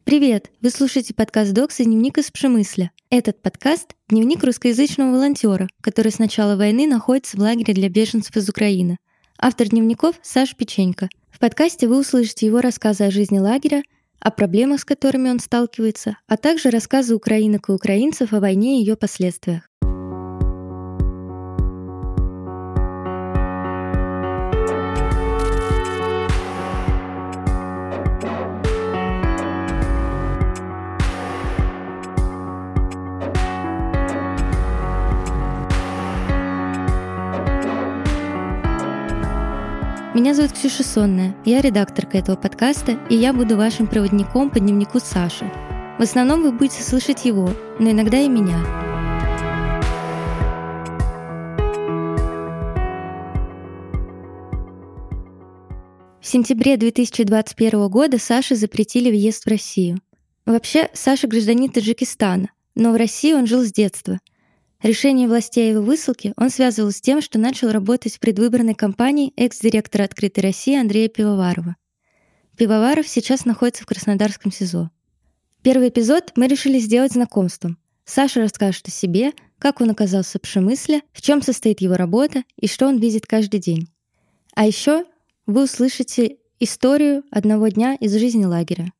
Привет! Вы слушаете подкаст «Докс» и дневник из Пшемысля. Этот подкаст — дневник русскоязычного волонтера, который с начала войны находится в лагере для беженцев из Украины. Автор дневников — Саша Печенько. В подкасте вы услышите его рассказы о жизни лагеря, о проблемах, с которыми он сталкивается, а также рассказы украинок и украинцев о войне и ее последствиях. Меня зовут Ксюша Сонная, я редакторка этого подкаста, и я буду вашим проводником по дневнику Саши. В основном вы будете слышать его, но иногда и меня. В сентябре 2021 года Саше запретили въезд в Россию. Вообще, Саша гражданин Таджикистана, но в России он жил с детства. Решение властей о его высылке он связывал с тем, что начал работать в предвыборной кампании экс-директора «Открытой России» Андрея Пивоварова. Пивоваров сейчас находится в Краснодарском СИЗО. Первый эпизод мы решили сделать знакомством. Саша расскажет о себе, как он оказался в Пшемысле, в чем состоит его работа и что он видит каждый день. А еще вы услышите историю одного дня из жизни лагеря.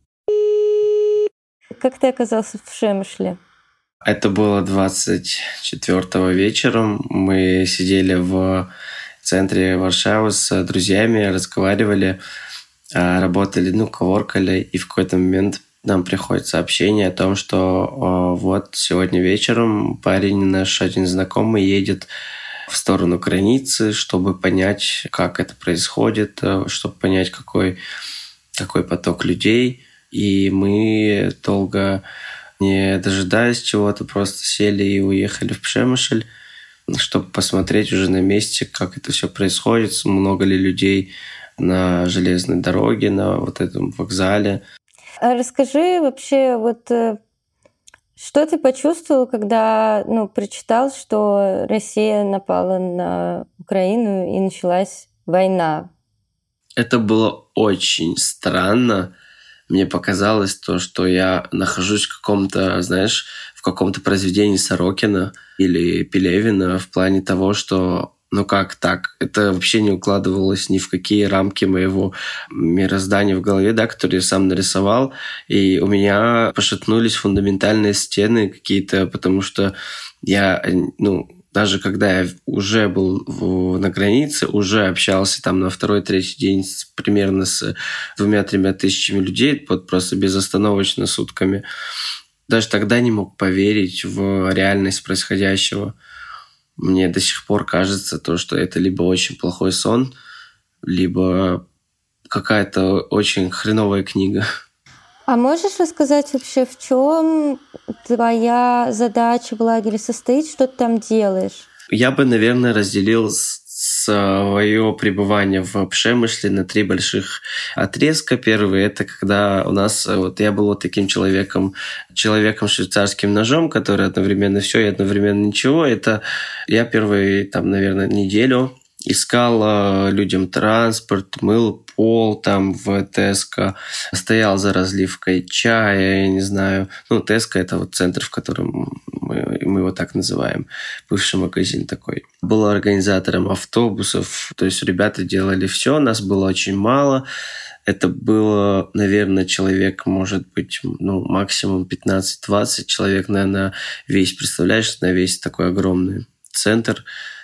Как ты оказался в Пшемысле? Это было 24-го вечером. Мы сидели в центре Варшавы с друзьями, разговаривали, работали, коворкали, и в какой-то момент нам приходит сообщение о том, что вот сегодня вечером парень наш, один знакомый, едет в сторону границы, чтобы понять, как это происходит, чтобы понять, какой поток людей. И мы долго, не дожидаясь чего-то, просто сели и уехали в Пшемысль, чтобы посмотреть уже на месте, как это все происходит, много ли людей на железной дороге, на вот этом вокзале. А расскажи вообще, что ты почувствовал, когда прочитал, что Россия напала на Украину и началась война? Это было очень странно. Мне показалось то, что я нахожусь в каком-то произведении Сорокина или Пелевина в плане того, что как так? Это вообще не укладывалось ни в какие рамки моего мироздания в голове, которые я сам нарисовал. И у меня пошатнулись фундаментальные стены какие-то, потому что я, даже когда я уже был на границе, уже общался там на второй-третий день примерно с 2-3 тысячами людей, просто безостановочно сутками, даже тогда не мог поверить в реальность происходящего. Мне до сих пор кажется то, что это либо очень плохой сон, либо какая-то очень хреновая книга. А можешь рассказать вообще, в чем твоя задача в лагере состоит, что ты там делаешь? Я бы, наверное, разделил свое пребывание в Пшемысле на 3 больших отрезка. Первый — это когда у нас... я был таким человеком с швейцарским ножом, который одновременно все и одновременно ничего. Это я первую, наверное, неделю искал людям транспорт, мыл пол в ТСК, стоял за разливкой чая, я не знаю. ТСК — это центр, в котором мы его так называем, бывший магазин такой. Был организатором автобусов, то есть ребята делали все, нас было очень мало. Это было, наверное, человек, может быть, максимум 15-20 человек, наверное, весь, представляешь, на весь такой огромный центр.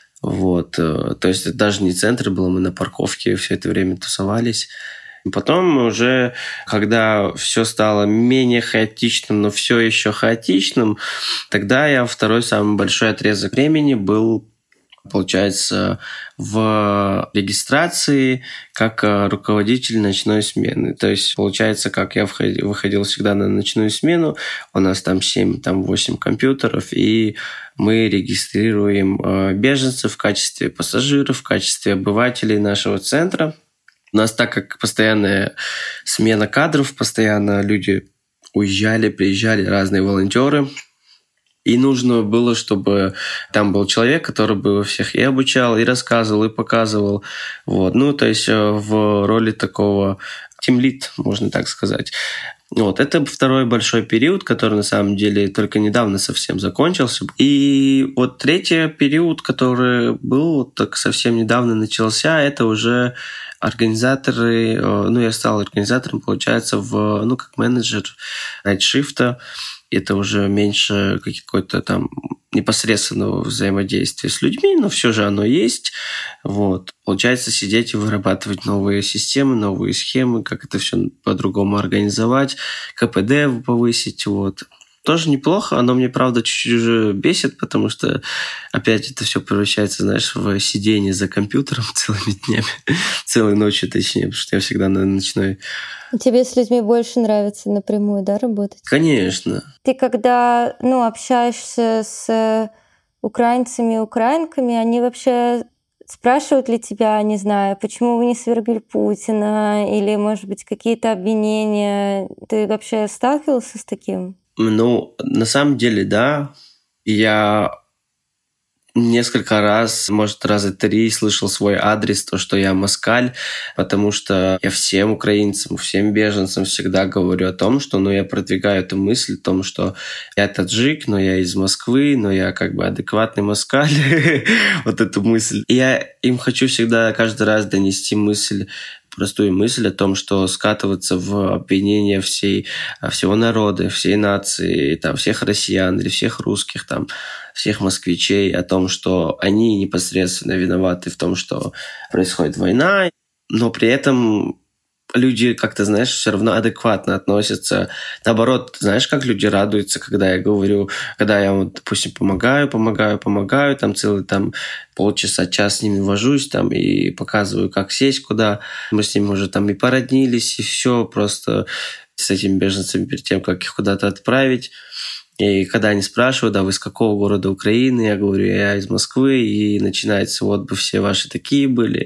То есть это даже не центр был, мы на парковке все это время тусовались. Потом уже, когда все стало менее хаотичным, но все еще хаотичным, тогда я второй самый большой отрезок времени был, получается, в регистрации как руководитель ночной смены. То есть, получается, как я выходил всегда на ночную смену, у нас там 7-8 компьютеров, и мы регистрируем беженцев в качестве пассажиров, в качестве обывателей нашего центра. У нас, так как постоянная смена кадров, постоянно люди уезжали, приезжали, разные волонтеры, и нужно было, чтобы там был человек, который бы всех и обучал, и рассказывал, и показывал. То есть в роли такого тимлид, можно так сказать. Вот, это второй большой период, который на самом деле только недавно совсем закончился. И вот третий период, который был так совсем недавно начался, это уже организаторы, я стал организатором, получается, как менеджер найтшифта. Это уже меньше какой-то там непосредственного взаимодействия с людьми, но все же оно есть. Вот. Получается сидеть и вырабатывать новые системы, новые схемы, как это все по-другому организовать, КПД повысить. Вот. Тоже неплохо, оно мне, правда, чуть-чуть уже бесит, потому что опять это все превращается, знаешь, в сидение за компьютером целыми днями, целой ночью, точнее, потому что я всегда на ночной. Тебе с людьми больше нравится напрямую, да, работать? Конечно. Ты когда, общаешься с украинцами и украинками, они вообще спрашивают ли тебя, не знаю, почему вы не свергли Путина, или, может быть, какие-то обвинения? Ты вообще сталкивался с таким? На самом деле, да. Я несколько раз, может, раза 3 слышал свой адрес, то, что я москаль, потому что я всем украинцам, всем беженцам всегда говорю о том, что я продвигаю эту мысль о том, что я таджик, но я из Москвы, но я как бы адекватный москаль, вот эту мысль. И я им хочу всегда каждый раз донести простую мысль о том, что скатываться в обвинения всего народа, всей нации, всех россиян или всех русских, всех москвичей о том, что они непосредственно виноваты в том, что происходит война, но при этом люди, как-то, знаешь, все равно адекватно относятся. Наоборот, знаешь, как люди радуются, когда я говорю, когда я, допустим, помогаю, целый полчаса, час с ними вожусь, и показываю, как сесть, куда. Мы с ними уже и породнились, и все просто с этими беженцами перед тем, как их куда-то отправить. И когда они спрашивают, вы из какого города Украины, я говорю, я из Москвы, и начинается, вот бы все ваши такие были.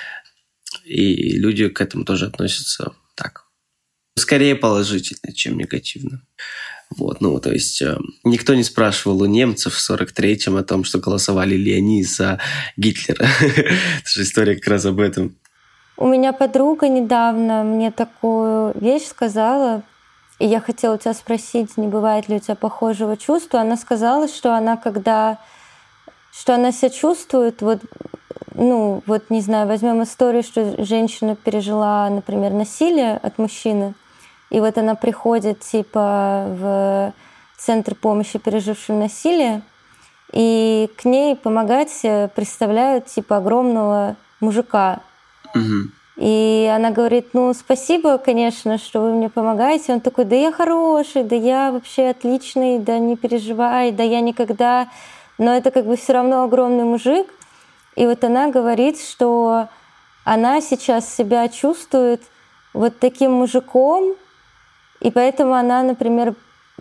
И люди к этому тоже относятся так. Скорее положительно, чем негативно. Вот, то есть никто не спрашивал у немцев в 43-м о том, что голосовали ли они за Гитлера. Это же история как раз об этом. У меня подруга недавно мне такую вещь сказала, и я хотела у тебя спросить, не бывает ли у тебя похожего чувства. Она сказала, что она себя чувствует, не знаю, возьмем историю, что женщина пережила, например, насилие от мужчины, и вот она приходит в центр помощи пережившим насилие, и к ней помогать представляют огромного мужика. Угу. И она говорит, спасибо, конечно, что вы мне помогаете. Он такой, да я хороший, да я вообще отличный, да не переживай, да я никогда... Но это все равно огромный мужик. И вот она говорит, что она сейчас себя чувствует вот таким мужиком, и поэтому она, например,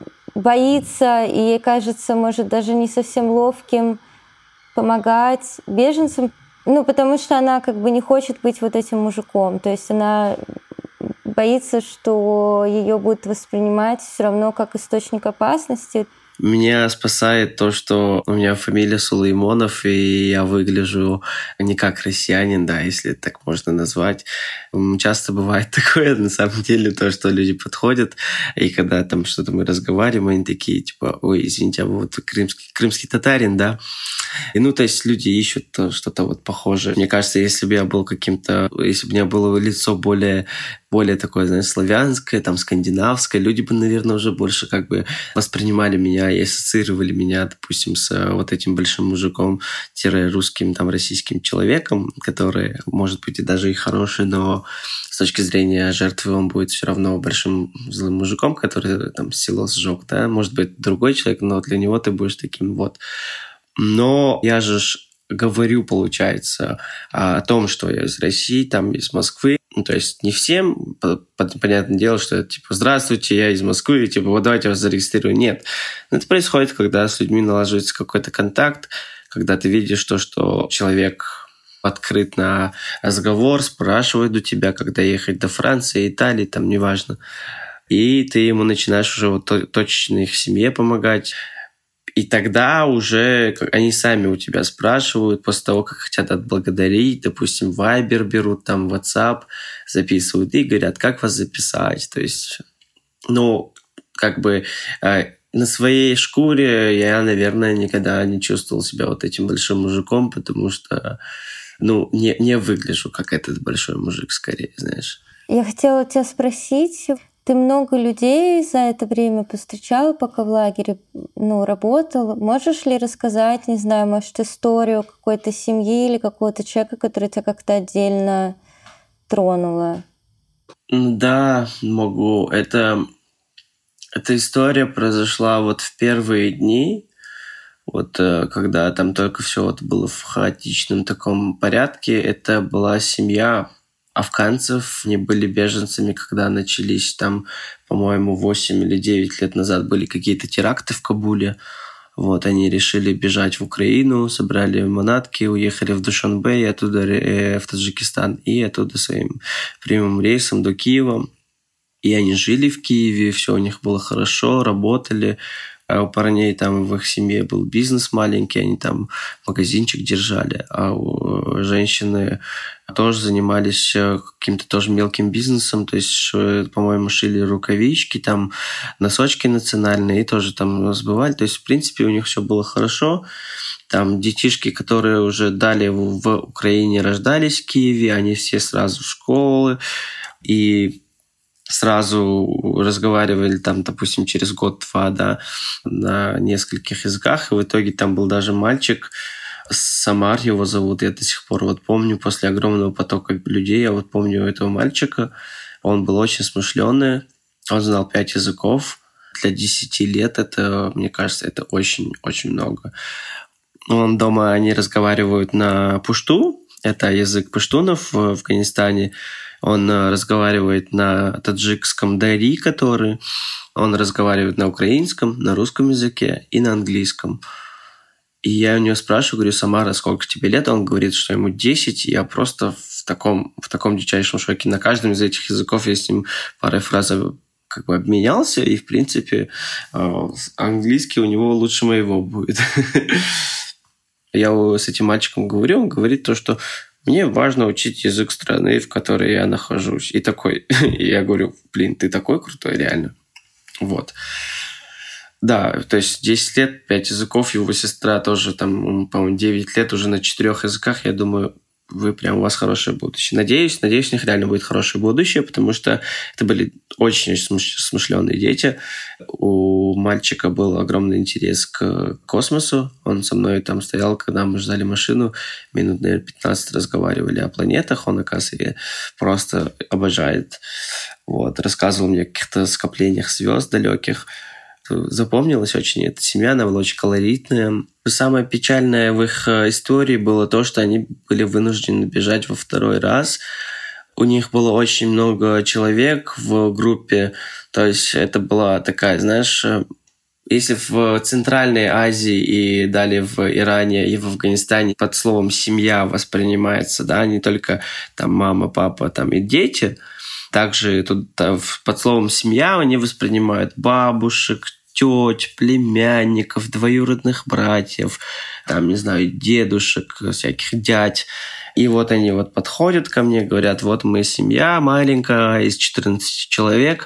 боится, и ей кажется, может, даже не совсем ловким помогать беженцам, потому что она не хочет быть вот этим мужиком. То есть она боится, что ее будут воспринимать все равно как источник опасности. Меня спасает то, что у меня фамилия Сулеймонов, и я выгляжу не как россиянин, если так можно назвать. Часто бывает такое, на самом деле, то, что люди подходят, и когда что-то мы разговариваем, они такие, ой, извините, а вы вот крымский татарин, да? И, то есть люди ищут что-то похожее. Мне кажется, если бы я был если бы у меня было лицо более такое, знаешь, славянское, скандинавское, люди бы, наверное, уже больше воспринимали меня и ассоциировали меня, допустим, с вот этим большим мужиком-русским, российским человеком, который, может быть, и даже и хороший, но с точки зрения жертвы он будет все равно большим злым мужиком, который село сжег, да? Может быть, другой человек, но для него ты будешь таким вот. Но я же говорю, получается, о том, что я из России, из Москвы. То есть не всем, понятное дело, что это здравствуйте, я из Москвы, вот давайте я вас зарегистрирую. Нет. Это происходит, когда с людьми налаживается какой-то контакт, когда ты видишь то, что человек открыт на разговор, спрашивает у тебя, когда ехать до Франции, Италии, неважно. И ты ему начинаешь уже точечно их семье помогать. И тогда уже они сами у тебя спрашивают, после того, как хотят отблагодарить, допустим, Viber берут, WhatsApp записывают и говорят, как вас записать. То есть Ну, как бы на своей шкуре я, наверное, никогда не чувствовал себя вот этим большим мужиком, потому что, не выгляжу как этот большой мужик, скорее, знаешь. Я хотела тебя спросить, ты много людей за это время повстречала, пока в лагере работал? Можешь ли рассказать, не знаю, может, историю какой-то семьи или какого-то человека, который тебя как-то отдельно тронула? Да, могу. Эта история произошла вот в первые дни, вот когда там только все вот было в хаотичном таком порядке. Это была семья афганцев. Они были беженцами, когда начались там, по-моему, 8 или 9 лет назад были какие-то теракты в Кабуле. Вот, они решили бежать в Украину, собрали манатки, уехали в Душанбе, и оттуда в Таджикистан, и оттуда своим прямым рейсом до Киева. И они жили в Киеве, все у них было хорошо, работали. А у парней там в их семье был бизнес маленький, они там магазинчик держали. А у женщины тоже занимались каким-то тоже мелким бизнесом. То есть, по-моему, шили рукавички, там носочки национальные и тоже там сбывали. То есть, в принципе, у них все было хорошо. Там детишки, которые уже далее в Украине рождались в Киеве, они все сразу в школы. И сразу разговаривали там, допустим, через год-два, да, на нескольких языках. И в итоге там был даже мальчик, Самар его зовут, я до сих пор вот помню, после огромного потока людей, я вот помню этого мальчика. Он был очень смышленый, он знал 5 языков. Для 10 лет это, мне кажется, это очень-очень много. Дома они разговаривают на пушту, это язык пуштунов в Афганистане. Он разговаривает на таджикском дари, он разговаривает на украинском, на русском языке и на английском. И я у него спрашиваю, говорю: Самара, сколько тебе лет? Он говорит, что ему 10. И я просто в таком дичайшем шоке. На каждом из этих языков я с ним парой фраз как бы обменялся, и, в принципе, английский у него лучше моего будет. Я с этим мальчиком говорю, он говорит то, что мне важно учить язык страны, в которой я нахожусь. И такой, и я говорю: блин, ты такой крутой, реально. Вот. Да, то есть 10 лет, 5 языков, его сестра тоже там, по-моему, 9 лет уже на 4 языках. Я думаю, у вас хорошее будущее. Надеюсь, у них реально будет хорошее будущее, потому что это были очень-очень смышленые дети. У мальчика был огромный интерес к космосу. Он со мной там стоял, когда мы ждали машину, минут, наверное, 15 разговаривали о планетах. Он, оказывается, просто обожает. Вот, рассказывал мне о каких-то скоплениях звезд далеких. Запомнилась очень эта семья, она была очень колоритная. Самое печальное в их истории было то, что они были вынуждены бежать во второй раз. У них было очень много человек в группе, то есть это была такая, знаешь, если в Центральной Азии и далее в Иране и в Афганистане под словом «семья» воспринимается, да, не только там мама, папа там и дети. Также тут под словом «семья» они воспринимают бабушек, теть, племянников, двоюродных братьев, там, не знаю, дедушек, всяких дядь. И вот они вот подходят ко мне, говорят: вот мы семья маленькая из 14 человек,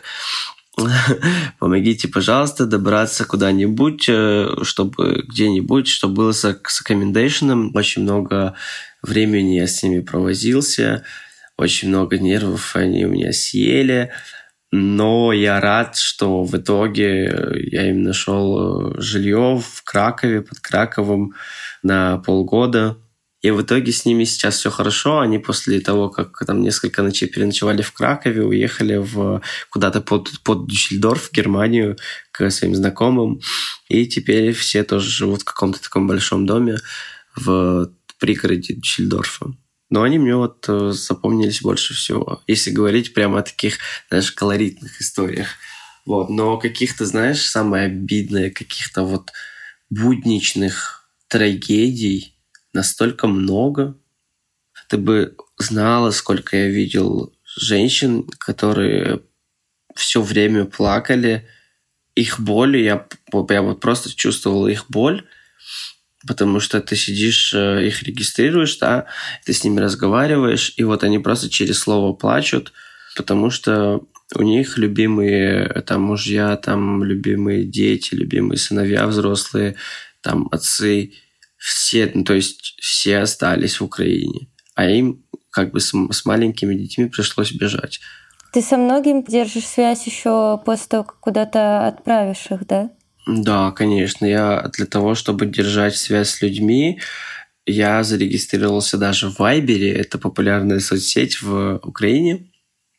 помогите, пожалуйста, добраться куда-нибудь, чтобы было с аккоммодейшеном. Очень много времени я с ними провозился. Очень много нервов они у меня съели, но я рад, что в итоге я им нашел жилье в Кракове, под Краковом на полгода. И в итоге с ними сейчас все хорошо. Они после того, как там несколько ночей переночевали в Кракове, уехали куда-то под Дюссельдорф, в Германию, к своим знакомым. И теперь все тоже живут в каком-то таком большом доме в пригороде Дюссельдорфа. Но они мне вот запомнились больше всего. Если говорить прямо о таких, знаешь, колоритных историях. Вот. Но каких-то, знаешь, самое обидное, каких-то вот будничных трагедий настолько много. Ты бы знала, сколько я видел женщин, которые все время плакали. Их боль, я вот просто чувствовал их боль. Потому что ты сидишь, их регистрируешь, да, ты с ними разговариваешь, и вот они просто через слово плачут, потому что У них любимые там мужья, там любимые дети, любимые сыновья взрослые, там отцы, все, ну, то есть все остались в Украине, а им как бы с маленькими детьми пришлось бежать. Ты со многим держишь связь еще после того, как куда-то отправишь их, да? Да, конечно. Я для того, чтобы держать связь с людьми, я зарегистрировался даже в Вайбере. Это популярная соцсеть в Украине.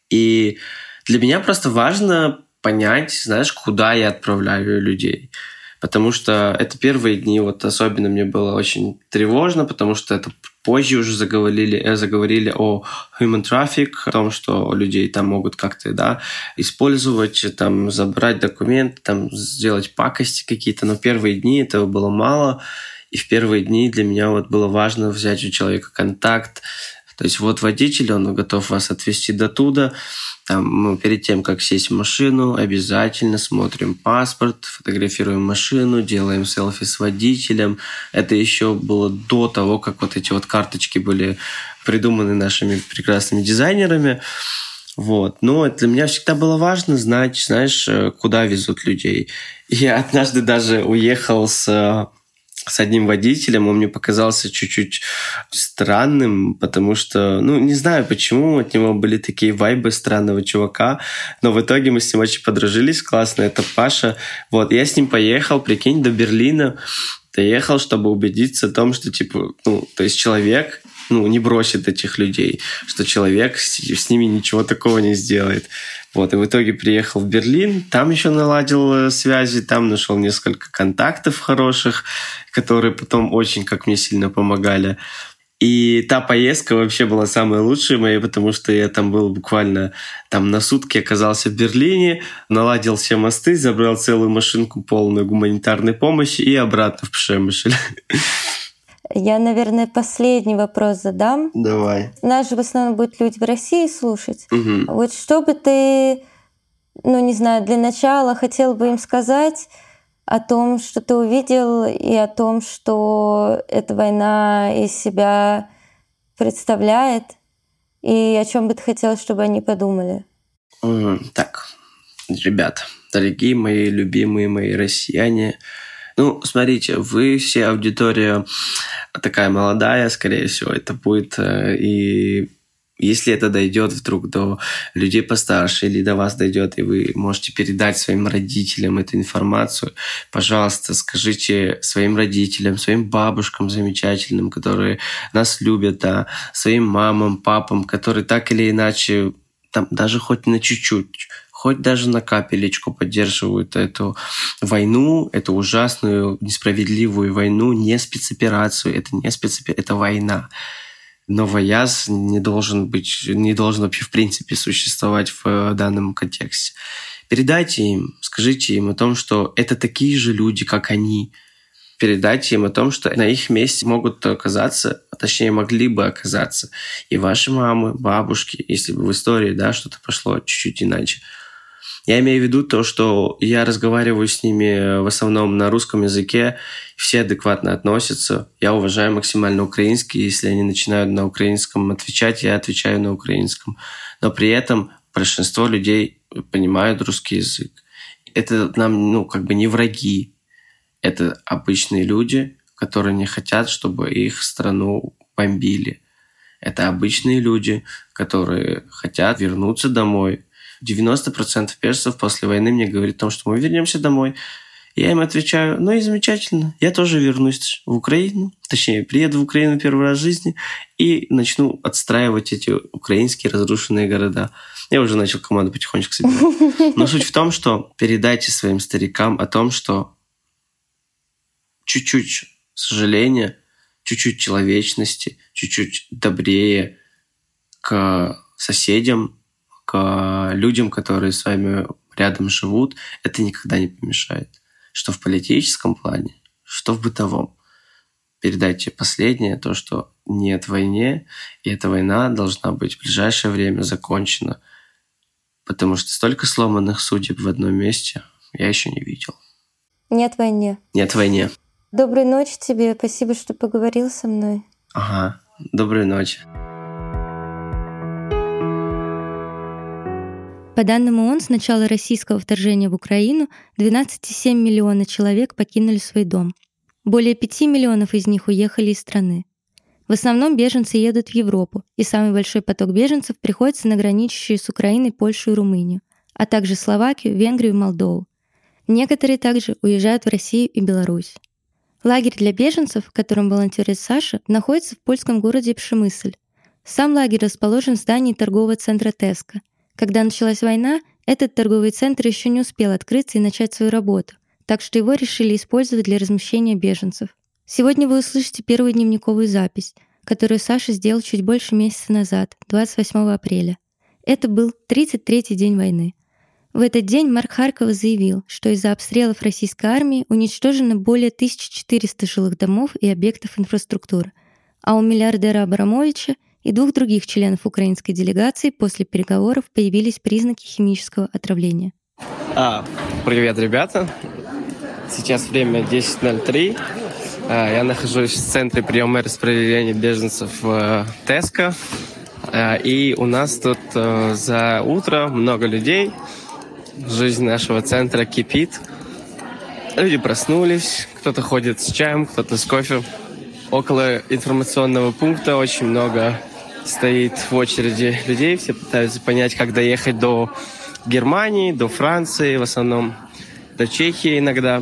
И для меня просто важно понять, знаешь, куда я отправляю людей. Потому что это первые дни, вот особенно мне было очень тревожно, потому что это позже уже заговорили о human traffic, о том, что людей там могут как-то, да, использовать, там, забрать документы, там, сделать пакости какие-то. Но первые дни этого было мало, и в первые дни для меня вот было важно взять у человека контакт. То есть вот водитель, он готов вас отвезти до туда. Там, мы перед тем, как сесть в машину, обязательно смотрим паспорт, фотографируем машину, делаем селфи с водителем. Это еще было до того, как вот эти вот карточки были придуманы нашими прекрасными дизайнерами. Вот. Но для меня всегда было важно знать, знаешь, куда везут людей. Я однажды даже уехал с одним водителем, он мне показался чуть-чуть странным, потому что, ну, не знаю почему, от него были такие вайбы странного чувака, но в итоге мы с ним очень подружились, классно, это Паша. Вот, я с ним поехал, прикинь, до Берлина, доехал, чтобы убедиться в том, что, типа, ну, то есть человек, ну, не бросит этих людей, что человек с ними ничего такого не сделает. Вот, и в итоге приехал в Берлин, там еще наладил связи, там нашел несколько контактов хороших, которые потом очень, как мне, сильно помогали. И та поездка вообще была самая лучшая моя, потому что я там был буквально там на сутки, оказался в Берлине, наладил все мосты, забрал целую машинку полную гуманитарной помощи и обратно в Пшемышль. Я, наверное, последний вопрос задам. Давай. Нас же в основном будут люди в России слушать. Угу. Вот что бы ты, ну не знаю, для начала хотел бы им сказать о том, что ты увидел, и о том, что эта война из себя представляет, и о чем бы ты хотел, чтобы они подумали? Так, ребята, дорогие мои любимые мои россияне, ну, смотрите, вы все аудитория такая молодая, скорее всего, это будет, и если это дойдет вдруг до людей постарше или до вас дойдет, и вы можете передать своим родителям эту информацию, пожалуйста, скажите своим родителям, своим бабушкам замечательным, которые нас любят, да, своим мамам, папам, которые так или иначе, там, даже хоть на чуть-чуть, хоть даже на капелечку поддерживают эту войну, эту ужасную, несправедливую войну, не спецоперацию, это война. Но вояз не должен вообще в принципе существовать в данном контексте. Передайте им, скажите им о том, что это такие же люди, как они. Передайте им о том, что на их месте могут оказаться, точнее, могли бы оказаться и ваши мамы, бабушки, если бы в истории, да, что-то пошло чуть-чуть иначе. Я имею в виду то, что я разговариваю с ними в основном на русском языке, все адекватно относятся. Я уважаю максимально украинский. Если они начинают на украинском отвечать, я отвечаю на украинском. Но при этом большинство людей понимают русский язык. Это нам, ну, как бы не враги. Это обычные люди, которые не хотят, чтобы их страну бомбили. Это обычные люди, которые хотят вернуться домой. 90% персов после войны мне говорят о том, что мы вернемся домой. Я им отвечаю, ну и замечательно, я тоже вернусь в Украину, точнее, приеду в Украину первый раз в жизни и начну отстраивать эти украинские разрушенные города. Я уже начал команду потихонечку собирать. Но суть в том, что передайте своим старикам о том, что чуть-чуть сожаления, чуть-чуть человечности, чуть-чуть добрее к соседям, к людям, которые с вами рядом живут, это никогда не помешает. Что в политическом плане, что в бытовом. Передайте последнее, то, что нет войне, и эта война должна быть в ближайшее время закончена. Потому что столько сломанных судеб в одном месте я еще не видел. Нет войне. Нет войне. Доброй ночи тебе, спасибо, что поговорил со мной. Ага, доброй ночи. По данным ООН, с начала российского вторжения в Украину 12,7 миллиона человек покинули свой дом. Более 5 миллионов из них уехали из страны. В основном беженцы едут в Европу, и самый большой поток беженцев приходится на граничащие с Украиной Польшу и Румынию, а также Словакию, Венгрию и Молдову. Некоторые также уезжают в Россию и Беларусь. Лагерь для беженцев, в котором волонтерит Саша, находится в польском городе Пшемысль. Сам лагерь расположен в здании торгового центра Tesco. Когда началась война, этот торговый центр еще не успел открыться и начать свою работу, так что его решили использовать для размещения беженцев. Сегодня вы услышите первую дневниковую запись, которую Саша сделал чуть больше месяца назад, 28 апреля. Это был 33-й день войны. В этот день мэр Харькова заявил, что из-за обстрелов российской армии уничтожено более 1400 жилых домов и объектов инфраструктуры, а у миллиардера Абрамовича и 2 других членов украинской делегации после переговоров появились признаки химического отравления. Привет, ребята. Сейчас время 10:03. Я нахожусь в центре приема и распределения беженцев в Tesco. И у нас тут за утро много людей. Жизнь нашего центра кипит. Люди проснулись, кто-то ходит с чаем, кто-то с кофе. Около информационного пункта очень много стоит в очереди людей. Все пытаются понять, как доехать до Германии, до Франции, в основном до Чехии иногда.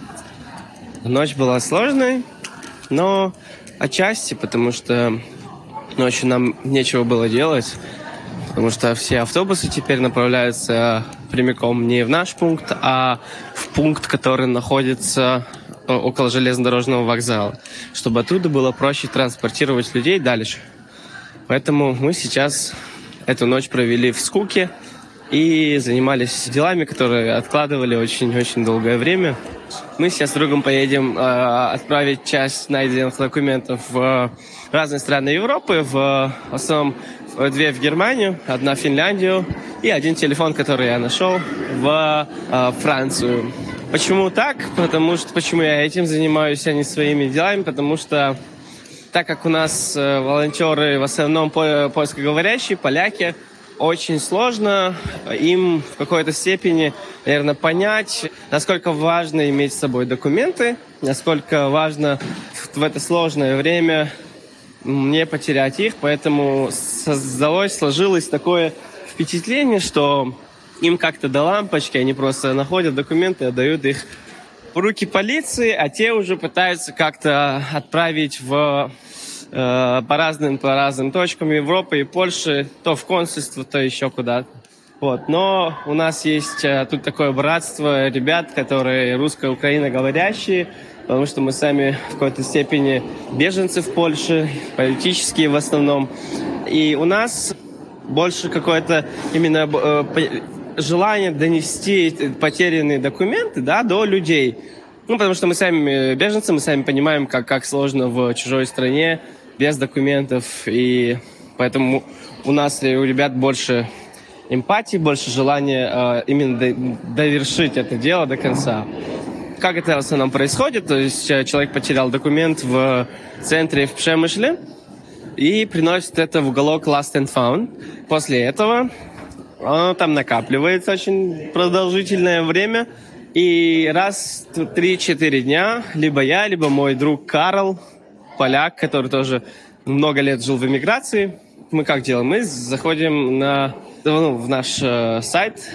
Ночь была сложной, но отчасти, потому что ночью нам нечего было делать, потому что все автобусы теперь направляются прямиком не в наш пункт, а в пункт, который находится около железнодорожного вокзала, чтобы оттуда было проще транспортировать людей дальше. Поэтому мы сейчас эту ночь провели в скуке и занимались делами, которые откладывали очень-очень долгое время. Мы сейчас с другом поедем отправить часть найденных документов в разные страны Европы, в основном 2 в Германию, 1 в Финляндию и 1 телефон, который я нашел, в Францию. Почему так? Почему я этим занимаюсь, а не своими делами? Потому что так как у нас волонтеры в основном польскоговорящие, поляки, очень сложно им в какой-то степени, наверное, понять, насколько важно иметь с собой документы, насколько важно в это сложное время не потерять их. Поэтому сложилось такое впечатление, что им как-то до лампочки, они просто находят документы, отдают их в руки полиции, а те уже пытаются как-то отправить по разным точкам Европы и Польши, то в консульство, то еще куда-то. Но у нас есть тут такое братство ребят, которые русско-украиноговорящие, потому что мы сами в какой-то степени беженцы в Польше, политические в основном. И у нас больше какое-то именно желание донести потерянные документы, до людей. Потому что мы сами беженцы, мы сами понимаем, как сложно в чужой стране без документов. И поэтому у нас и у ребят больше эмпатии, больше желания именно довершить это дело до конца. Как это в основном происходит? То есть человек потерял документ в центре в Пшемышле и приносит это в уголок Lost and Found. После этого оно там накапливается очень продолжительное время. И раз в 3-4 дня либо я, либо мой друг Карл, поляк, который тоже много лет жил в эмиграции, мы как делаем? Мы заходим в наш сайт,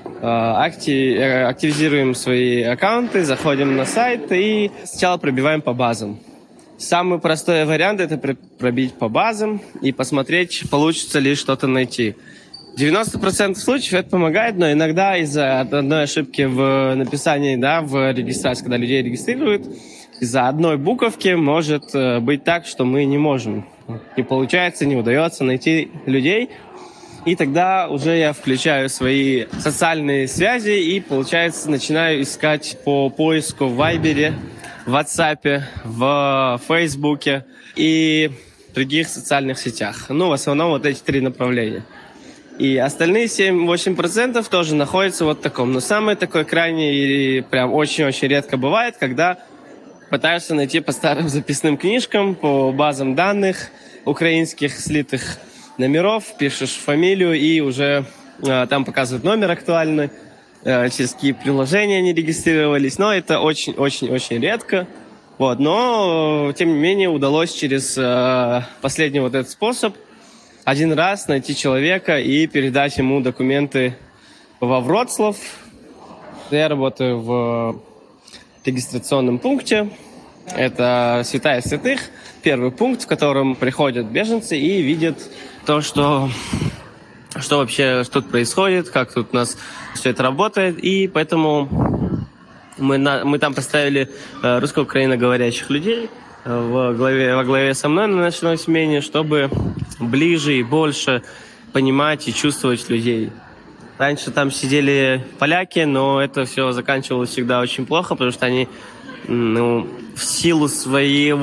активизируем свои аккаунты, заходим на сайт и сначала пробиваем по базам. Самый простой вариант – это пробить по базам и посмотреть, получится ли что-то найти. 90% случаев это помогает, но иногда из-за одной ошибки в написании, в регистрации, когда людей регистрируют, из-за одной буковки может быть так, что мы не можем. Не получается, не удается найти людей. И тогда уже я включаю свои социальные связи и, получается, начинаю искать по поиску в Вайбере, в WhatsApp, в Фейсбуке и других социальных сетях. В основном эти 3 направления. И остальные 7-8% тоже находятся в таком. Но самое такое крайнее и прям очень-очень редко бывает, когда пытаешься найти по старым записным книжкам, по базам данных украинских слитых номеров, пишешь фамилию и уже там показывают номер актуальный, через какие приложения они регистрировались, но это очень-очень-очень редко. Вот, но, тем не менее, удалось через последний вот этот способ один раз найти человека и передать ему документы во Вроцлав. Я работаю в регистрационном пункте. Это Святая Святых, первый пункт, в котором приходят беженцы и видят то, что вообще что тут происходит, как тут у нас все это работает. И поэтому мы там поставили русско-украиноговорящих людей во главе со мной на ночной смене, чтобы ближе и больше понимать и чувствовать людей. Раньше там сидели поляки, но это все заканчивалось всегда очень плохо, потому что они в силу своих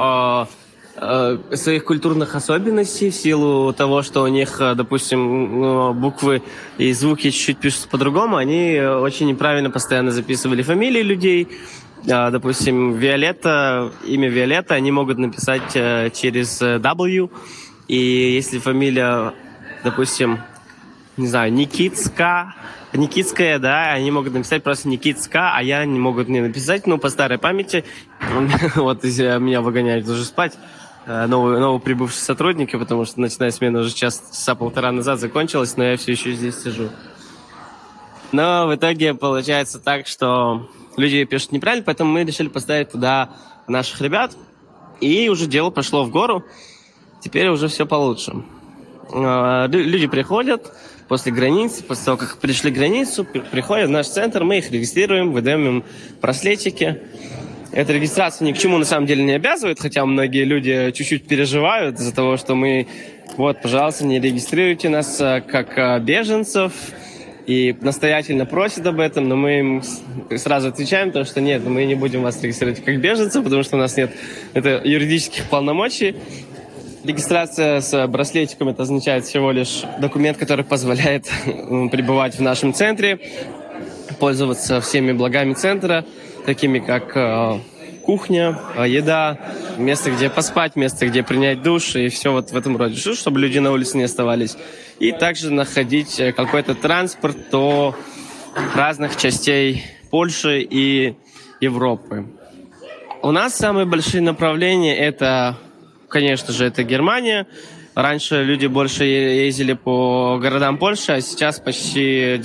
культурных особенностей, в силу того, что у них, допустим, буквы и звуки чуть-чуть пишутся по-другому, они очень неправильно постоянно записывали фамилии людей. Допустим, имя Виолетта они могут написать через W, и если фамилия, допустим, не знаю, Никитская, да, они могут написать просто Никитска, а я не могут мне написать, по старой памяти. Вот меня выгоняют уже спать новоприбывшие сотрудники, потому что ночная смена уже часа-полтора назад закончилась, но я все еще здесь сижу. Но в итоге получается так, что люди пишут неправильно, поэтому мы решили поставить туда наших ребят, и уже дело пошло в гору. Теперь уже все получше. Люди приходят после границы, после того, как пришли к границу, приходят в наш центр, мы их регистрируем, выдаем им браслетики. Эта регистрация ни к чему на самом деле не обязывает, хотя многие люди чуть-чуть переживают из-за того, что мы, пожалуйста, не регистрируйте нас как беженцев, и настоятельно просят об этом, но мы им сразу отвечаем, потому что нет, мы не будем вас регистрировать как беженцев, потому что у нас нет юридических полномочий. Регистрация с браслетиком — это означает всего лишь документ, который позволяет пребывать в нашем центре, пользоваться всеми благами центра, такими как кухня, еда, место, где поспать, место, где принять душ и все вот в этом роде, чтобы люди на улице не оставались. И также находить какой-то транспорт до разных частей Польши и Европы. У нас самые большие направления — это, конечно же, это Германия. Раньше люди больше ездили по городам Польши, а сейчас почти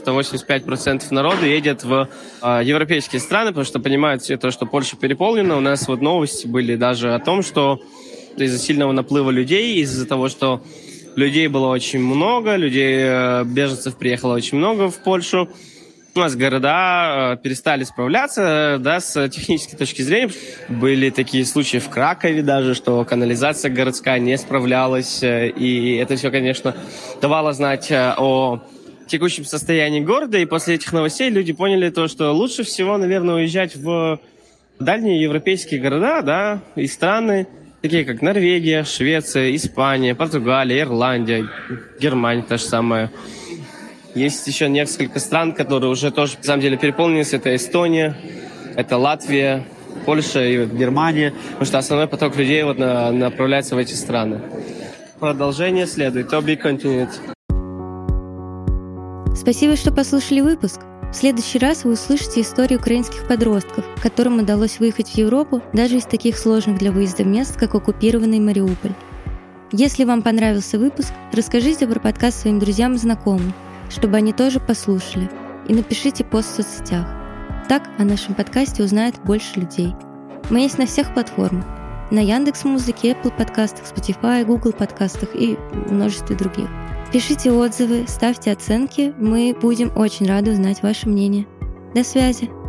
90-85% народу едет в европейские страны, потому что понимают все то, что Польша переполнена. У нас новости были даже о том, что из-за сильного наплыва людей, из-за того, что людей было очень много, беженцев приехало очень много в Польшу, у нас города перестали справляться, с технической точки зрения. Были такие случаи в Кракове даже, что канализация городская не справлялась. И это все, конечно, давало знать о текущем состоянии города. И после этих новостей люди поняли то, что лучше всего, наверное, уезжать в дальние европейские города, и страны, такие как Норвегия, Швеция, Испания, Португалия, Ирландия, Германия та же самая. Есть еще несколько стран, которые уже тоже, на самом деле, переполнились. Это Эстония, это Латвия, Польша и Германия. Потому что основной поток людей направляется в эти страны. Продолжение следует. To be continued. Спасибо, что послушали выпуск. В следующий раз вы услышите историю украинских подростков, которым удалось выехать в Европу даже из таких сложных для выезда мест, как оккупированный Мариуполь. Если вам понравился выпуск, расскажите про подкаст своим друзьям и знакомым, чтобы они тоже послушали, и напишите пост в соцсетях. Так о нашем подкасте узнает больше людей. Мы есть на всех платформах: на Яндекс.Музыке, Apple подкастах, Spotify, Google подкастах и множестве других. Пишите отзывы, ставьте оценки, мы будем очень рады узнать ваше мнение. До связи!